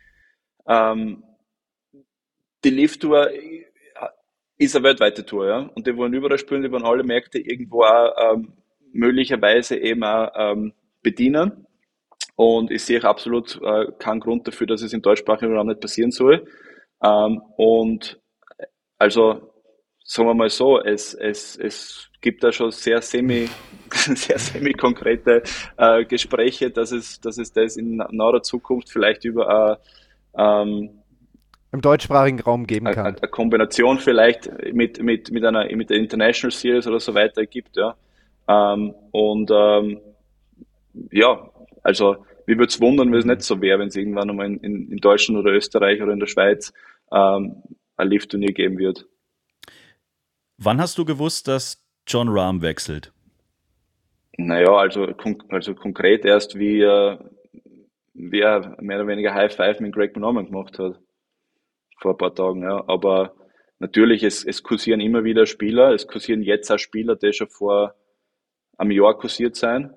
die LIV-Tour ist eine weltweite Tour, ja, und die wollen überall spielen, die wollen alle Märkte irgendwo auch möglicherweise eben auch bedienen, und ich sehe absolut keinen Grund dafür, dass es im deutschsprachigen Raum nicht passieren soll, und also sagen wir mal so, es gibt da schon sehr semi-konkrete Gespräche, dass es das in naher Zukunft vielleicht über im deutschsprachigen Raum geben kann. Eine Kombination vielleicht mit der International Series oder so weiter gibt, ja. Ja, also mich würde es wundern, wenn es nicht so wäre, wenn es irgendwann einmal in Deutschland oder Österreich oder in der Schweiz ein LIV-Turnier geben wird. Wann hast du gewusst, dass Jon Rahm wechselt? Naja, also konkret erst, wie er mehr oder weniger High Five mit Greg Norman gemacht hat. Vor ein paar Tagen, ja. Aber natürlich, es kursieren immer wieder Spieler. Es kursieren jetzt auch Spieler, die schon vor einem Jahr kursiert sind.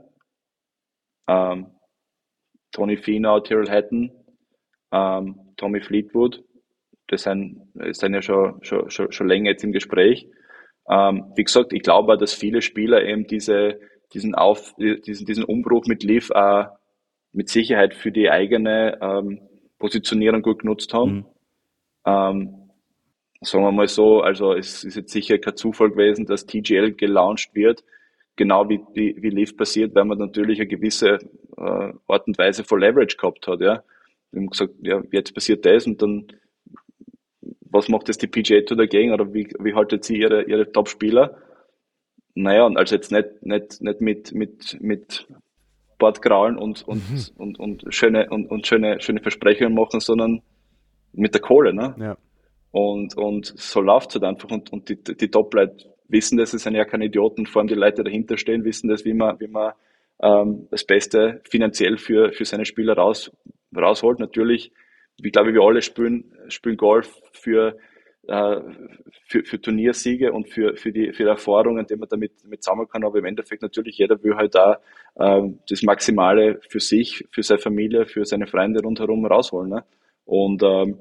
Tony Finau, Tyrrell Hatton, Tommy Fleetwood. Das sind ja schon länger jetzt im Gespräch. Wie gesagt, ich glaube auch, dass viele Spieler eben diesen Umbruch mit LIV auch mit Sicherheit für die eigene Positionierung gut genutzt haben. Sagen wir mal so, also es ist jetzt sicher kein Zufall gewesen, dass TGL gelauncht wird, genau wie LIV passiert, weil man natürlich eine gewisse Art und Weise von Leverage gehabt hat. Ja. Wir haben gesagt, ja, jetzt passiert das, und dann was macht jetzt die PGA Tour dagegen, oder wie haltet sie ihre Top-Spieler? Naja, und also jetzt nicht mit Bordgraulen und schöne Versprechungen machen, sondern mit der Kohle, ne? Ja. Und so läuft es halt einfach, und die Top-Leute wissen das, es sind ja keine Idioten, vor allem die Leute, die dahinter stehen, wissen das, wie man das Beste finanziell für seine Spieler rausholt. Natürlich, ich glaube, wir alle spielen Golf für Turniersiege und für die Erfahrungen, die man damit sammeln kann, aber im Endeffekt natürlich jeder will halt da das Maximale für sich, für seine Familie, für seine Freunde rundherum rausholen, ne? Und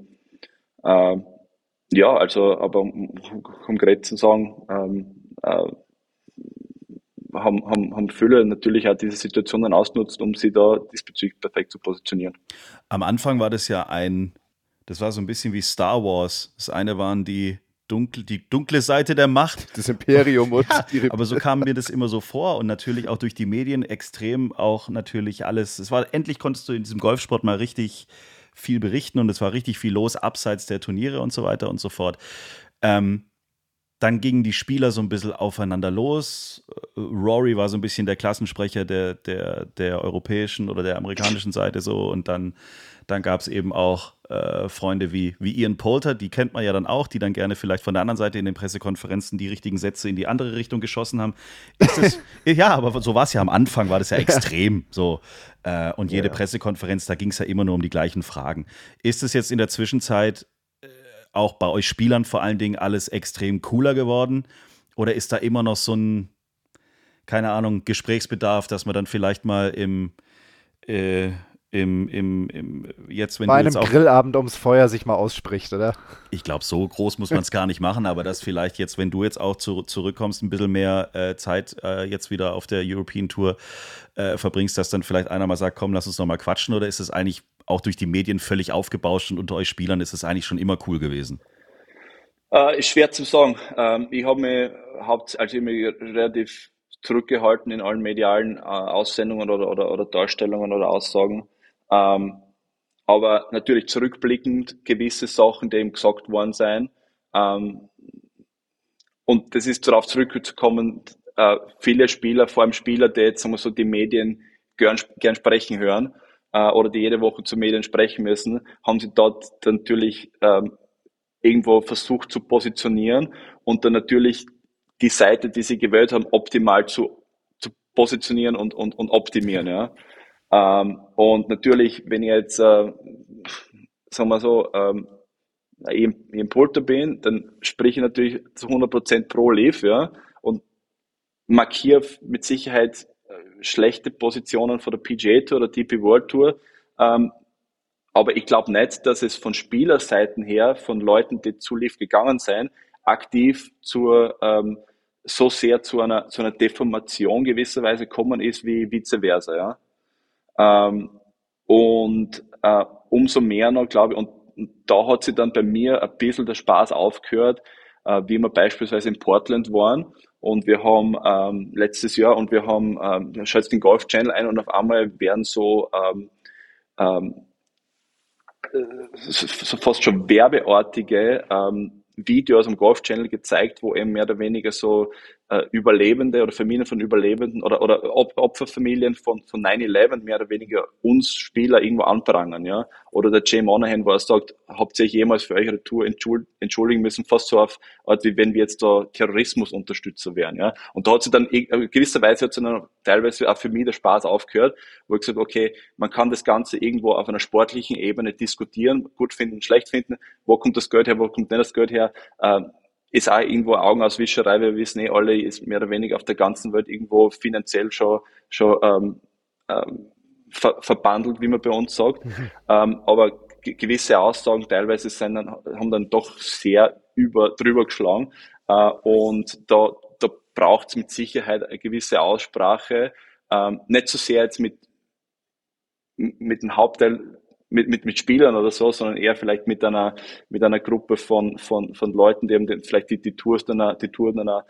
ja, also, aber um konkret zu sagen, haben viele natürlich auch diese Situation dann ausgenutzt, um sie da diesbezüglich perfekt zu positionieren. Am Anfang war das ja das war so ein bisschen wie Star Wars. Das eine waren die dunkle Seite der Macht. Das Imperium und aber so kam mir das immer so vor, und natürlich auch durch die Medien extrem auch natürlich alles. Endlich konntest du in diesem Golfsport mal richtig viel berichten, und es war richtig viel los abseits der Turniere und so weiter und so fort. Dann gingen die Spieler so ein bisschen aufeinander los. Rory war so ein bisschen der Klassensprecher der europäischen oder der amerikanischen Seite so, und dann gab es eben auch Freunde wie Ian Poulter, die kennt man ja dann auch, die dann gerne vielleicht von der anderen Seite in den Pressekonferenzen die richtigen Sätze in die andere Richtung geschossen haben. Ja, aber so war es ja am Anfang, war das ja extrem so. Und jede Pressekonferenz, da ging es ja immer nur um die gleichen Fragen. Ist es jetzt in der Zwischenzeit auch bei euch Spielern vor allen Dingen alles extrem cooler geworden? Oder ist da immer noch so ein, keine Ahnung, Gesprächsbedarf, dass man dann vielleicht mal jetzt, wenn Bei du jetzt einem auch, Grillabend ums Feuer sich mal ausspricht, oder? ich glaube, so groß muss man es gar nicht machen, aber dass vielleicht jetzt, wenn du jetzt auch zurückkommst, ein bisschen mehr Zeit jetzt wieder auf der European Tour verbringst, dass dann vielleicht einer mal sagt, komm, lass uns noch mal quatschen, oder ist es eigentlich auch durch die Medien völlig aufgebauscht und unter euch Spielern ist es eigentlich schon immer cool gewesen? Ist schwer zu sagen. Ich habe mich also ich hab mich relativ zurückgehalten in allen medialen Aussendungen oder Darstellungen oder Aussagen. Ähm, aber natürlich zurückblickend gewisse Sachen, die eben gesagt worden sein. Ähm, und das ist darauf zurückzukommen, viele Spieler, vor allem Spieler, die jetzt sagen wir so die Medien gern sprechen hören oder die jede Woche zu Medien sprechen müssen, haben sie dort natürlich irgendwo versucht zu positionieren und dann natürlich die Seite, die sie gewählt haben, optimal zu positionieren und optimieren. Ja. Und natürlich, wenn ich jetzt, sagen wir so, im Polter bin, dann spreche ich natürlich zu 100% pro Leaf, ja, und markiere mit Sicherheit schlechte Positionen von der PGA Tour oder DP World Tour. Ähm, aber ich glaube nicht, dass es von Spielerseiten her, von Leuten, die zu Leaf gegangen sind, aktiv so sehr zu einer Deformation gewisserweise gekommen ist wie vice versa. Ja? Ähm, und umso mehr noch, glaube ich, und da hat sich dann bei mir ein bisschen der Spaß aufgehört, wie wir beispielsweise in Portland waren. Und wir haben letztes Jahr und wir haben, schaltet den Golf Channel ein und auf einmal werden so ähm, so fast schon werbeartige Videos am Golf Channel gezeigt, wo eben mehr oder weniger so Überlebende oder Familien von Überlebenden oder Opferfamilien von 9/11 mehr oder weniger uns Spieler irgendwo anprangern, ja. Oder der Jay Monahan, wo er sagt, habt ihr euch jemals für eure Tour entschuldigen müssen, fast so auf Art, wie wenn wir jetzt da Terrorismusunterstützer wären, ja. Und da hat sich dann gewisserweise hat sich dann teilweise auch für mich der Spaß aufgehört, wo ich gesagt habe, okay, man kann das Ganze irgendwo auf einer sportlichen Ebene diskutieren, gut finden, schlecht finden, wo kommt das Geld her, wo kommt nicht das Geld her, ist auch irgendwo Augenauswischerei, wir wissen alle, ist mehr oder weniger auf der ganzen Welt irgendwo finanziell schon verbandelt, wie man bei uns sagt. Aber gewisse Aussagen teilweise haben dann doch sehr drüber geschlagen. Und da braucht es mit Sicherheit eine gewisse Aussprache. Nicht so sehr jetzt mit dem Hauptteil mit Spielern oder so, sondern eher vielleicht mit einer Gruppe von Leuten, die eben vielleicht die Tours dann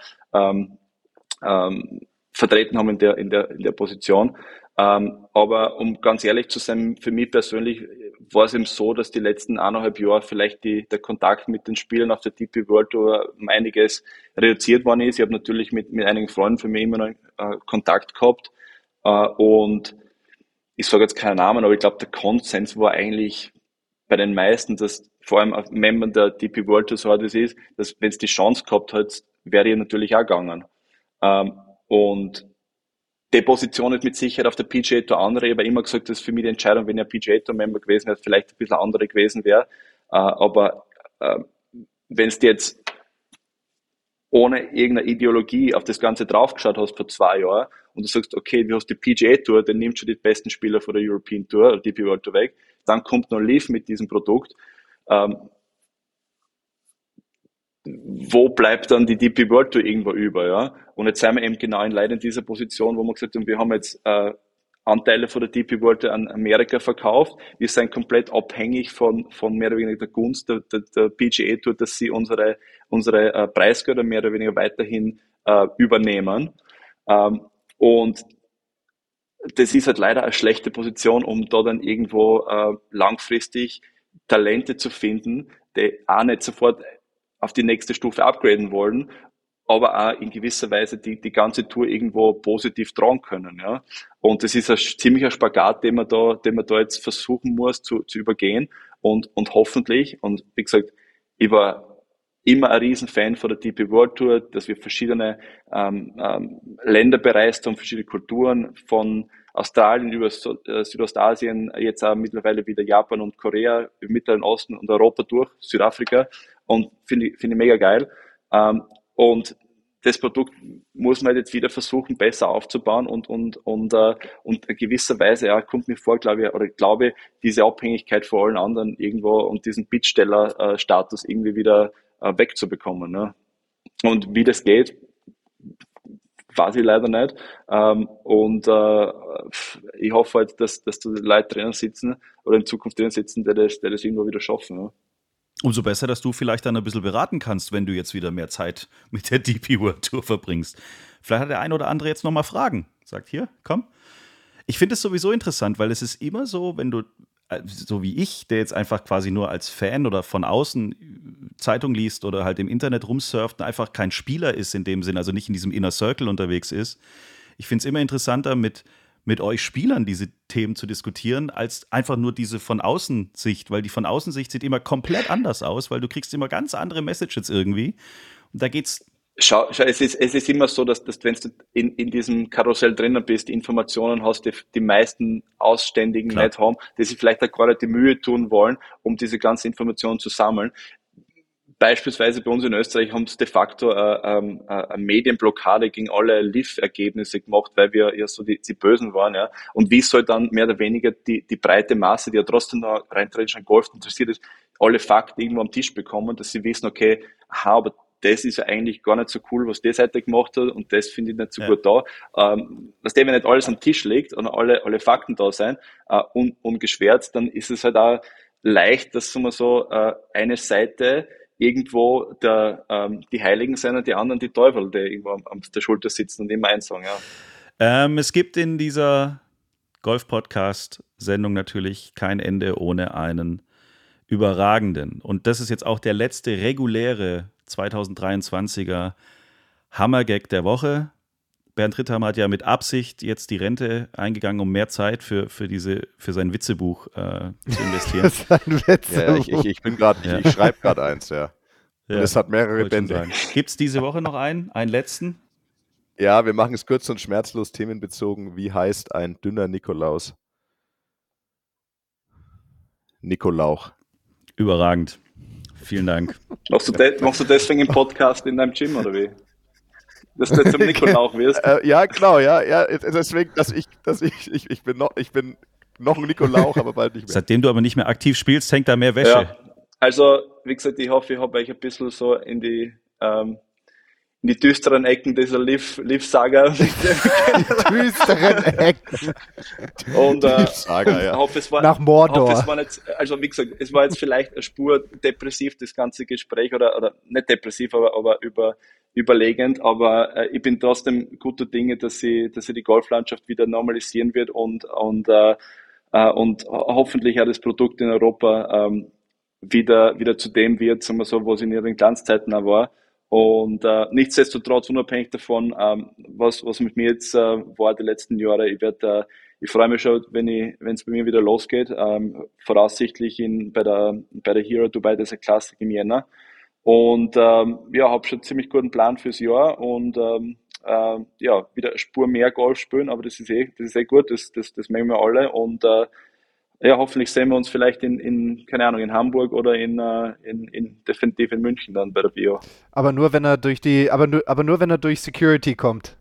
vertreten haben in der Position. Aber um ganz ehrlich zu sein, für mich persönlich war es eben so, dass die letzten 1,5 Jahre vielleicht der Kontakt mit den Spielern auf der DP World Tour um einiges reduziert worden ist. Ich habe natürlich mit einigen Freunden für mich immer noch Kontakt gehabt und ich sage jetzt keinen Namen, aber ich glaube, der Konsens war eigentlich bei den meisten, dass vor allem, wenn man der DP World Tour so hart es ist, dass wenn es die Chance gehabt hat, wäre ich natürlich auch gegangen. Und die Position ist mit Sicherheit auf der PGA Tour andere. Ich habe immer gesagt, dass für mich die Entscheidung, wenn ich ein PGA Tour Member gewesen wäre, vielleicht ein bisschen andere gewesen wäre. Aber wenn es jetzt ohne irgendeine Ideologie auf das Ganze draufgeschaut hast vor 2 Jahren und du sagst, okay, du hast die PGA Tour, dann nimmst du die besten Spieler von der European Tour oder DP World Tour weg, dann kommt noch Leaf mit diesem Produkt. Wo bleibt dann die DP World Tour irgendwo über, ja? Und jetzt sind wir eben genau leider in dieser Position, wo wir gesagt haben, wir haben jetzt Anteile von der DP World Tour an Amerika verkauft. Wir sind komplett abhängig von mehr oder weniger der Gunst der PGA Tour, dass sie unsere Preisgelder mehr oder weniger weiterhin übernehmen. Und das ist halt leider eine schlechte Position, um da dann irgendwo langfristig Talente zu finden, die auch nicht sofort auf die nächste Stufe upgraden wollen, aber auch in gewisser Weise die ganze Tour irgendwo positiv tragen können. Ja. Und das ist ein ziemlicher Spagat, den man da jetzt versuchen muss zu übergehen und hoffentlich, und wie gesagt, ich war immer ein Riesenfan von der DP World Tour, dass wir verschiedene Länder bereist haben, verschiedene Kulturen, von Australien über Südostasien, jetzt auch mittlerweile wieder Japan und Korea, im Mittleren Osten und Europa durch, Südafrika, und finde ich mega geil. Und das Produkt muss man jetzt wieder versuchen, besser aufzubauen und in gewisser Weise, ja, kommt mir vor, glaube ich, diese Abhängigkeit von allen anderen irgendwo und diesen Bittsteller-Status irgendwie wieder wegzubekommen. Ne? Und wie das geht, weiß ich leider nicht. Ich hoffe halt, dass da die Leute drinnen sitzen oder in Zukunft drinnen sitzen, die das irgendwo wieder schaffen. Ne? Umso besser, dass du vielleicht dann ein bisschen beraten kannst, wenn du jetzt wieder mehr Zeit mit der DP World Tour verbringst. Vielleicht hat der ein oder andere jetzt nochmal Fragen. Sagt hier, komm. Ich finde es sowieso interessant, weil es ist immer so, wenn du, so wie ich, der jetzt einfach quasi nur als Fan oder von außen Zeitung liest oder halt im Internet rumsurft und einfach kein Spieler ist in dem Sinn, also nicht in diesem Inner Circle unterwegs ist. Ich finde es immer interessanter, mit euch Spielern diese Themen zu diskutieren, als einfach nur diese von außen Sicht, weil die von außen Sicht sieht immer komplett anders aus, weil du kriegst immer ganz andere Messages irgendwie. Und da geht's. Schau, es ist immer so, dass wenn du in diesem Karussell drinnen bist, die Informationen hast, die meisten Ausständigen Klar. nicht haben, die sich vielleicht auch gar nicht die Mühe tun wollen, um diese ganzen Informationen zu sammeln. Beispielsweise bei uns in Österreich haben sie de facto eine Medienblockade gegen alle Live-Ergebnisse gemacht, weil wir ja so die Bösen waren. Ja. Und wie soll dann mehr oder weniger die breite Masse, die ja trotzdem noch rein theoretisch an Golf interessiert ist, alle Fakten irgendwo am Tisch bekommen, dass sie wissen, okay, aha, aber das ist ja eigentlich gar nicht so cool, was die Seite gemacht hat und das finde ich nicht so gut da. Dass wenn nicht alles am Tisch liegt und alle Fakten da sein, ungeschwärzt, dann ist es halt auch leicht, dass so eine Seite irgendwo die Heiligen sein und die anderen die Teufel, die irgendwo an der Schulter sitzen und immer einsagen, ja. Es gibt in dieser Golf-Podcast-Sendung natürlich kein Ende ohne einen überragenden. Und das ist jetzt auch der letzte reguläre 2023er Hammergag der Woche. Bernd Ritthammer hat ja mit Absicht jetzt die Rente eingegangen, um mehr Zeit für sein Witzebuch zu investieren. Sein Witzebuch. Ja, ich bin gerade, ich schreibe gerade eins, ja. Und es hat mehrere Bände. Gibt es diese Woche noch einen letzten? Ja, wir machen es kurz und schmerzlos themenbezogen. Wie heißt ein dünner Nikolaus? Nikolauch. Überragend. Vielen Dank. Machst du deswegen einen Podcast in deinem Gym, oder wie? Dass du zum Nikolauch wirst? Ja, genau, ja. Deswegen, ich bin noch ein Nikolauch, aber bald nicht mehr. Seitdem du aber nicht mehr aktiv spielst, hängt da mehr Wäsche. Ja. Also, wie gesagt, ich hoffe, ich habe euch ein bisschen so in die düsteren Ecken dieser Liv-Saga. Düsteren Ecken. Und Saga, ja. hoffe, es war, nach Mordor. Hoffe, es war nicht, also wie gesagt, es war jetzt vielleicht eine Spur depressiv, das ganze Gespräch, oder nicht depressiv, aber überlegend, aber ich bin trotzdem guter Dinge, dass sie die Golflandschaft wieder normalisieren wird und hoffentlich auch das Produkt in Europa wieder zu dem wird, sagen wir so, was in ihren Glanzzeiten auch war. Und nichtsdestotrotz, unabhängig davon, was mit mir jetzt war die letzten Jahre, ich freue mich schon, wenn es bei mir wieder losgeht, voraussichtlich bei der Hero Dubai Desert Classic im Jänner. Und habe schon einen ziemlich guten Plan fürs Jahr und wieder eine Spur mehr Golf spielen, aber das ist eh gut, das mögen wir alle. Und hoffentlich sehen wir uns vielleicht keine Ahnung, in Hamburg oder definitiv in München dann bei der Bio. Aber nur wenn er nur wenn er durch Security kommt.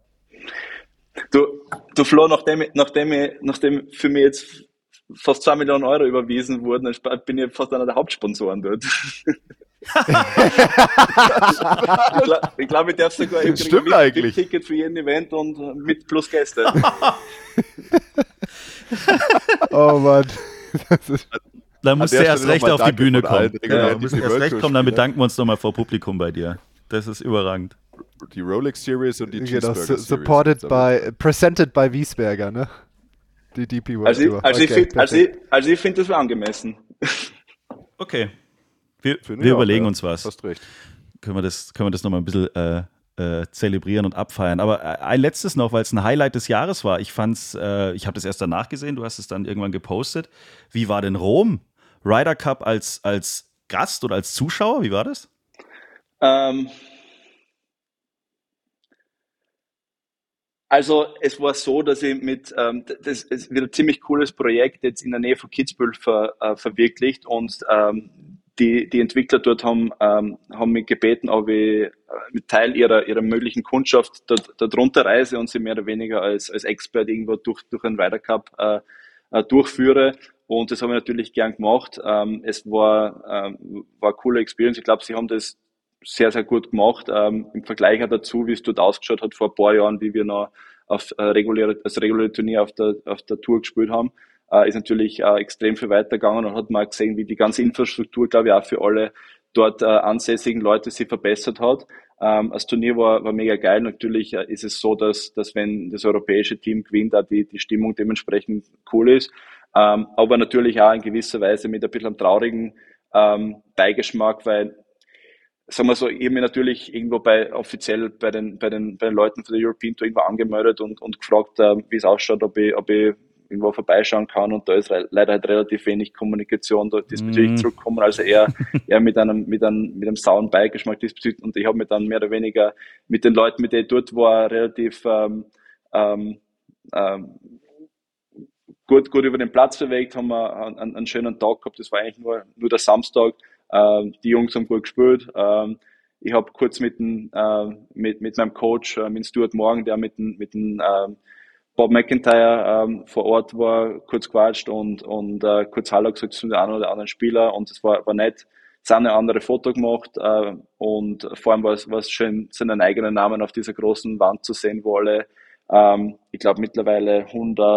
Du Flo, nachdem für mich jetzt fast 2 Millionen Euro überwiesen wurden, bin ich fast einer der Hauptsponsoren dort. ich glaube, ich darf sogar ein Ticket für jeden Event und mit plus Gäste. Oh Mann. Da musst du erst recht auf die Bühne kommen. Genau, du musst erst recht kommen, dann bedanken wir uns nochmal vor Publikum bei dir. Das ist überragend. Die Rolex Series und die Cheeseburger Series. Presented by Wiesberger, ne? Die DP World Tour. Also ich finde, das war angemessen. Okay. Wir überlegen uns was. Hast recht. Können wir das nochmal ein bisschen zelebrieren und abfeiern. Aber ein letztes noch, weil es ein Highlight des Jahres war. Ich habe das erst danach gesehen, du hast es dann irgendwann gepostet. Wie war denn Rom? Ryder Cup als Gast oder als Zuschauer? Wie war das? Also es war so, dass ich das ist wieder ein ziemlich cooles Projekt jetzt in der Nähe von Kitzbühel verwirklicht und die Entwickler dort haben mich gebeten, ob ich mit Teil ihrer möglichen Kundschaft da drunter reise und sie mehr oder weniger als Expert irgendwo durch einen Ryder Cup durchführe. Und das habe ich natürlich gern gemacht. Es war eine coole Experience. Ich glaube, sie haben das sehr, sehr gut gemacht. Im Vergleich auch dazu, wie es dort ausgeschaut hat vor ein paar Jahren, wie wir noch als reguläre Turnier auf der Tour gespielt haben, ist natürlich extrem viel weitergegangen, und hat man auch gesehen, wie die ganze Infrastruktur, glaube ich, auch für alle dort ansässigen Leute sich verbessert hat. Das Turnier war mega geil. Natürlich ist es so, dass wenn das europäische Team gewinnt, auch die Stimmung dementsprechend cool ist. Aber natürlich auch in gewisser Weise mit ein bisschen einem traurigen Beigeschmack, weil, sagen wir so, ich habe mich natürlich irgendwo offiziell bei den Leuten von der European Tour irgendwo angemeldet und gefragt, wie es ausschaut, ob ich irgendwo vorbeischauen kann, und da ist leider halt relativ wenig Kommunikation da diesbezüglich zurückgekommen, also eher mit einem sauren Beigeschmack diesbezüglich, und ich habe mich dann mehr oder weniger mit den Leuten, mit denen ich dort war, relativ gut über den Platz bewegt, haben wir einen schönen Tag gehabt. Das war eigentlich nur der Samstag. Die Jungs haben gut gespielt. Ich habe kurz mit meinem Coach, mit Stuart Morgan, der mit dem Bob McIntyre vor Ort war, kurz gequatscht und kurz Hallo gesagt zu den einen oder anderen Spieler, und es war nett. Es haben eine andere Foto gemacht, und vor allem war es schön, seinen eigenen Namen auf dieser großen Wand zu sehen, wo alle, ich glaube mittlerweile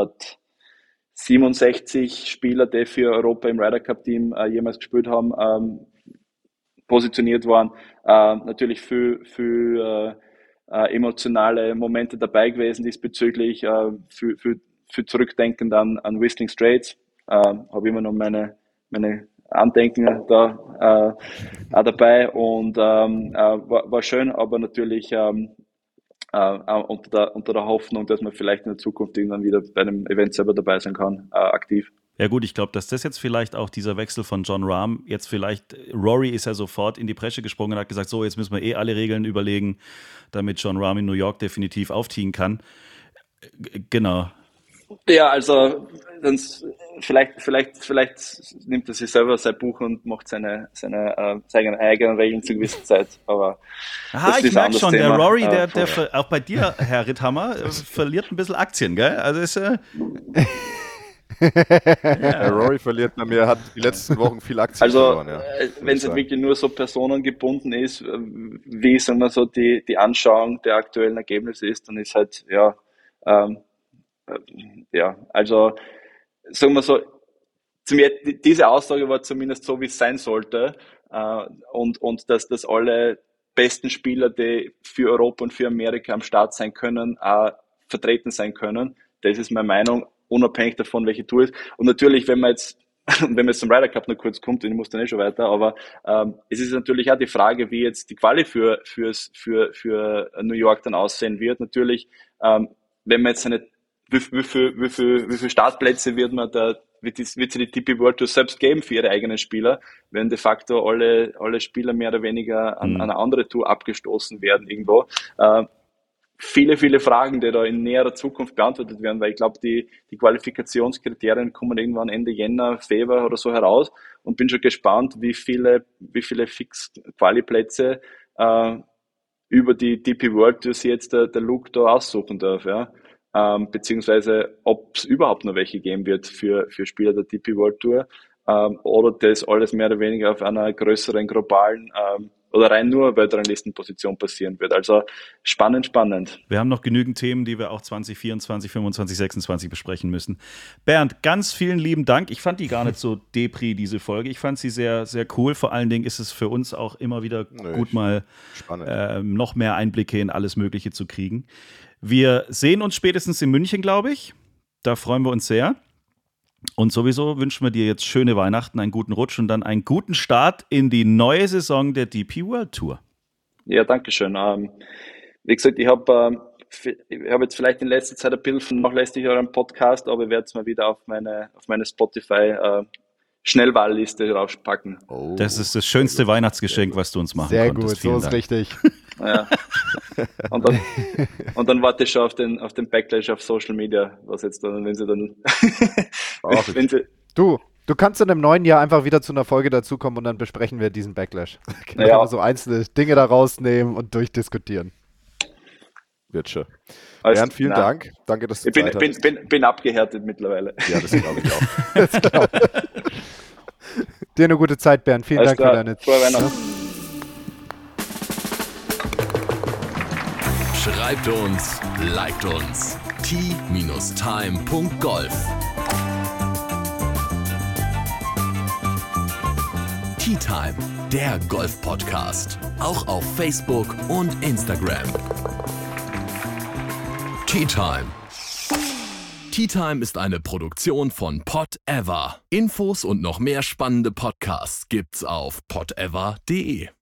167 Spieler, die für Europa im Ryder Cup Team jemals gespielt haben, positioniert waren. Natürlich viel emotionale Momente dabei gewesen diesbezüglich, für Zurückdenken an Whistling Straits. Habe immer noch meine Andenken da auch dabei, und war schön, aber natürlich unter der Hoffnung, dass man vielleicht in der Zukunft irgendwann wieder bei einem Event selber dabei sein kann, aktiv. Ja gut, ich glaube, dass das jetzt vielleicht auch dieser Wechsel von Jon Rahm, jetzt vielleicht, Rory ist ja sofort in die Bresche gesprungen und hat gesagt, so, jetzt müssen wir alle Regeln überlegen, damit Jon Rahm in New York definitiv aufziehen kann. Genau. Ja, also vielleicht nimmt er sich selber sein Buch und macht seine eigenen Regeln zu gewissen Zeit. Aber ich merke schon, Thema. Der Rory, der auch bei dir, Herr Ritthammer, verliert ein bisschen Aktien, gell? Also ist Der Rory verliert bei mir, hat die letzten Wochen viel Aktien verloren. Ja, wenn es wirklich nur so personengebunden ist, wie, sagen wir so, die Anschauung der aktuellen Ergebnisse ist, dann ist halt, also sagen wir so, diese Aussage war zumindest so, wie es sein sollte, und dass alle besten Spieler, die für Europa und für Amerika am Start sein können, vertreten sein können. Das ist meine Meinung, unabhängig davon, welche Tour ist. Und natürlich, wenn man jetzt zum Ryder Cup noch kurz kommt, und ich muss dann schon weiter, aber es ist natürlich auch die Frage, wie jetzt die Quali für New York dann aussehen wird. Natürlich, wenn man jetzt wie viele Startplätze wird sie die DP World Tour selbst geben für ihre eigenen Spieler, wenn de facto alle Spieler mehr oder weniger an eine andere Tour abgestoßen werden irgendwo. Viele, viele Fragen, die da in näherer Zukunft beantwortet werden, weil ich glaube, die Qualifikationskriterien kommen irgendwann Ende Jänner, Februar oder so heraus, und bin schon gespannt, wie viele Fix-Quali-Plätze über die DP World Tour sich jetzt der Luke da aussuchen darf, ja. Beziehungsweise ob es überhaupt noch welche geben wird für Spieler der DP World Tour, oder das alles mehr oder weniger auf einer größeren globalen oder rein nur Weltranglistenposition passieren wird. Also spannend. Wir haben noch genügend Themen, die wir auch 2024, 25, 26 besprechen müssen. Bernd, ganz vielen lieben Dank. Ich fand die gar nicht so depri, diese Folge. Ich fand sie sehr, sehr cool. Vor allen Dingen ist es für uns auch immer wieder gut, mal noch mehr Einblicke in alles Mögliche zu kriegen. Wir sehen uns spätestens in München, glaube ich. Da freuen wir uns sehr. Und sowieso wünschen wir dir jetzt schöne Weihnachten, einen guten Rutsch und dann einen guten Start in die neue Saison der DP World Tour. Ja, danke schön. Wie gesagt, ich habe jetzt vielleicht in letzter Zeit ein bisschen vernachlässigt euren Podcast, aber ich werde es mal wieder auf meine Spotify Schnellwahlliste rauspacken. Oh, das ist das schönste Weihnachtsgeschenk, was du uns machen konntest. Sehr gut, so ist richtig. Ja. Und dann warte ich schon auf den Backlash auf Social Media, was jetzt dann, wenn sie dann... Du kannst in einem neuen Jahr einfach wieder zu einer Folge dazukommen und dann besprechen wir diesen Backlash. Dann können wir so einzelne Dinge da rausnehmen und durchdiskutieren. Wird schon. Bernd, vielen Dank. Danke, dass du Zeit hattest. Bin abgehärtet mittlerweile. Ja, das glaube ich auch. Dir eine gute Zeit, Bernd. Vielen Dank für deine Zeit. Schreibt uns, liked uns. t-time.golf. Tee Time, der Golf-Podcast. Auch auf Facebook und Instagram. Tee Time. Tee Time ist eine Produktion von Pod Ever. Infos und noch mehr spannende Podcasts gibt's auf podever.de.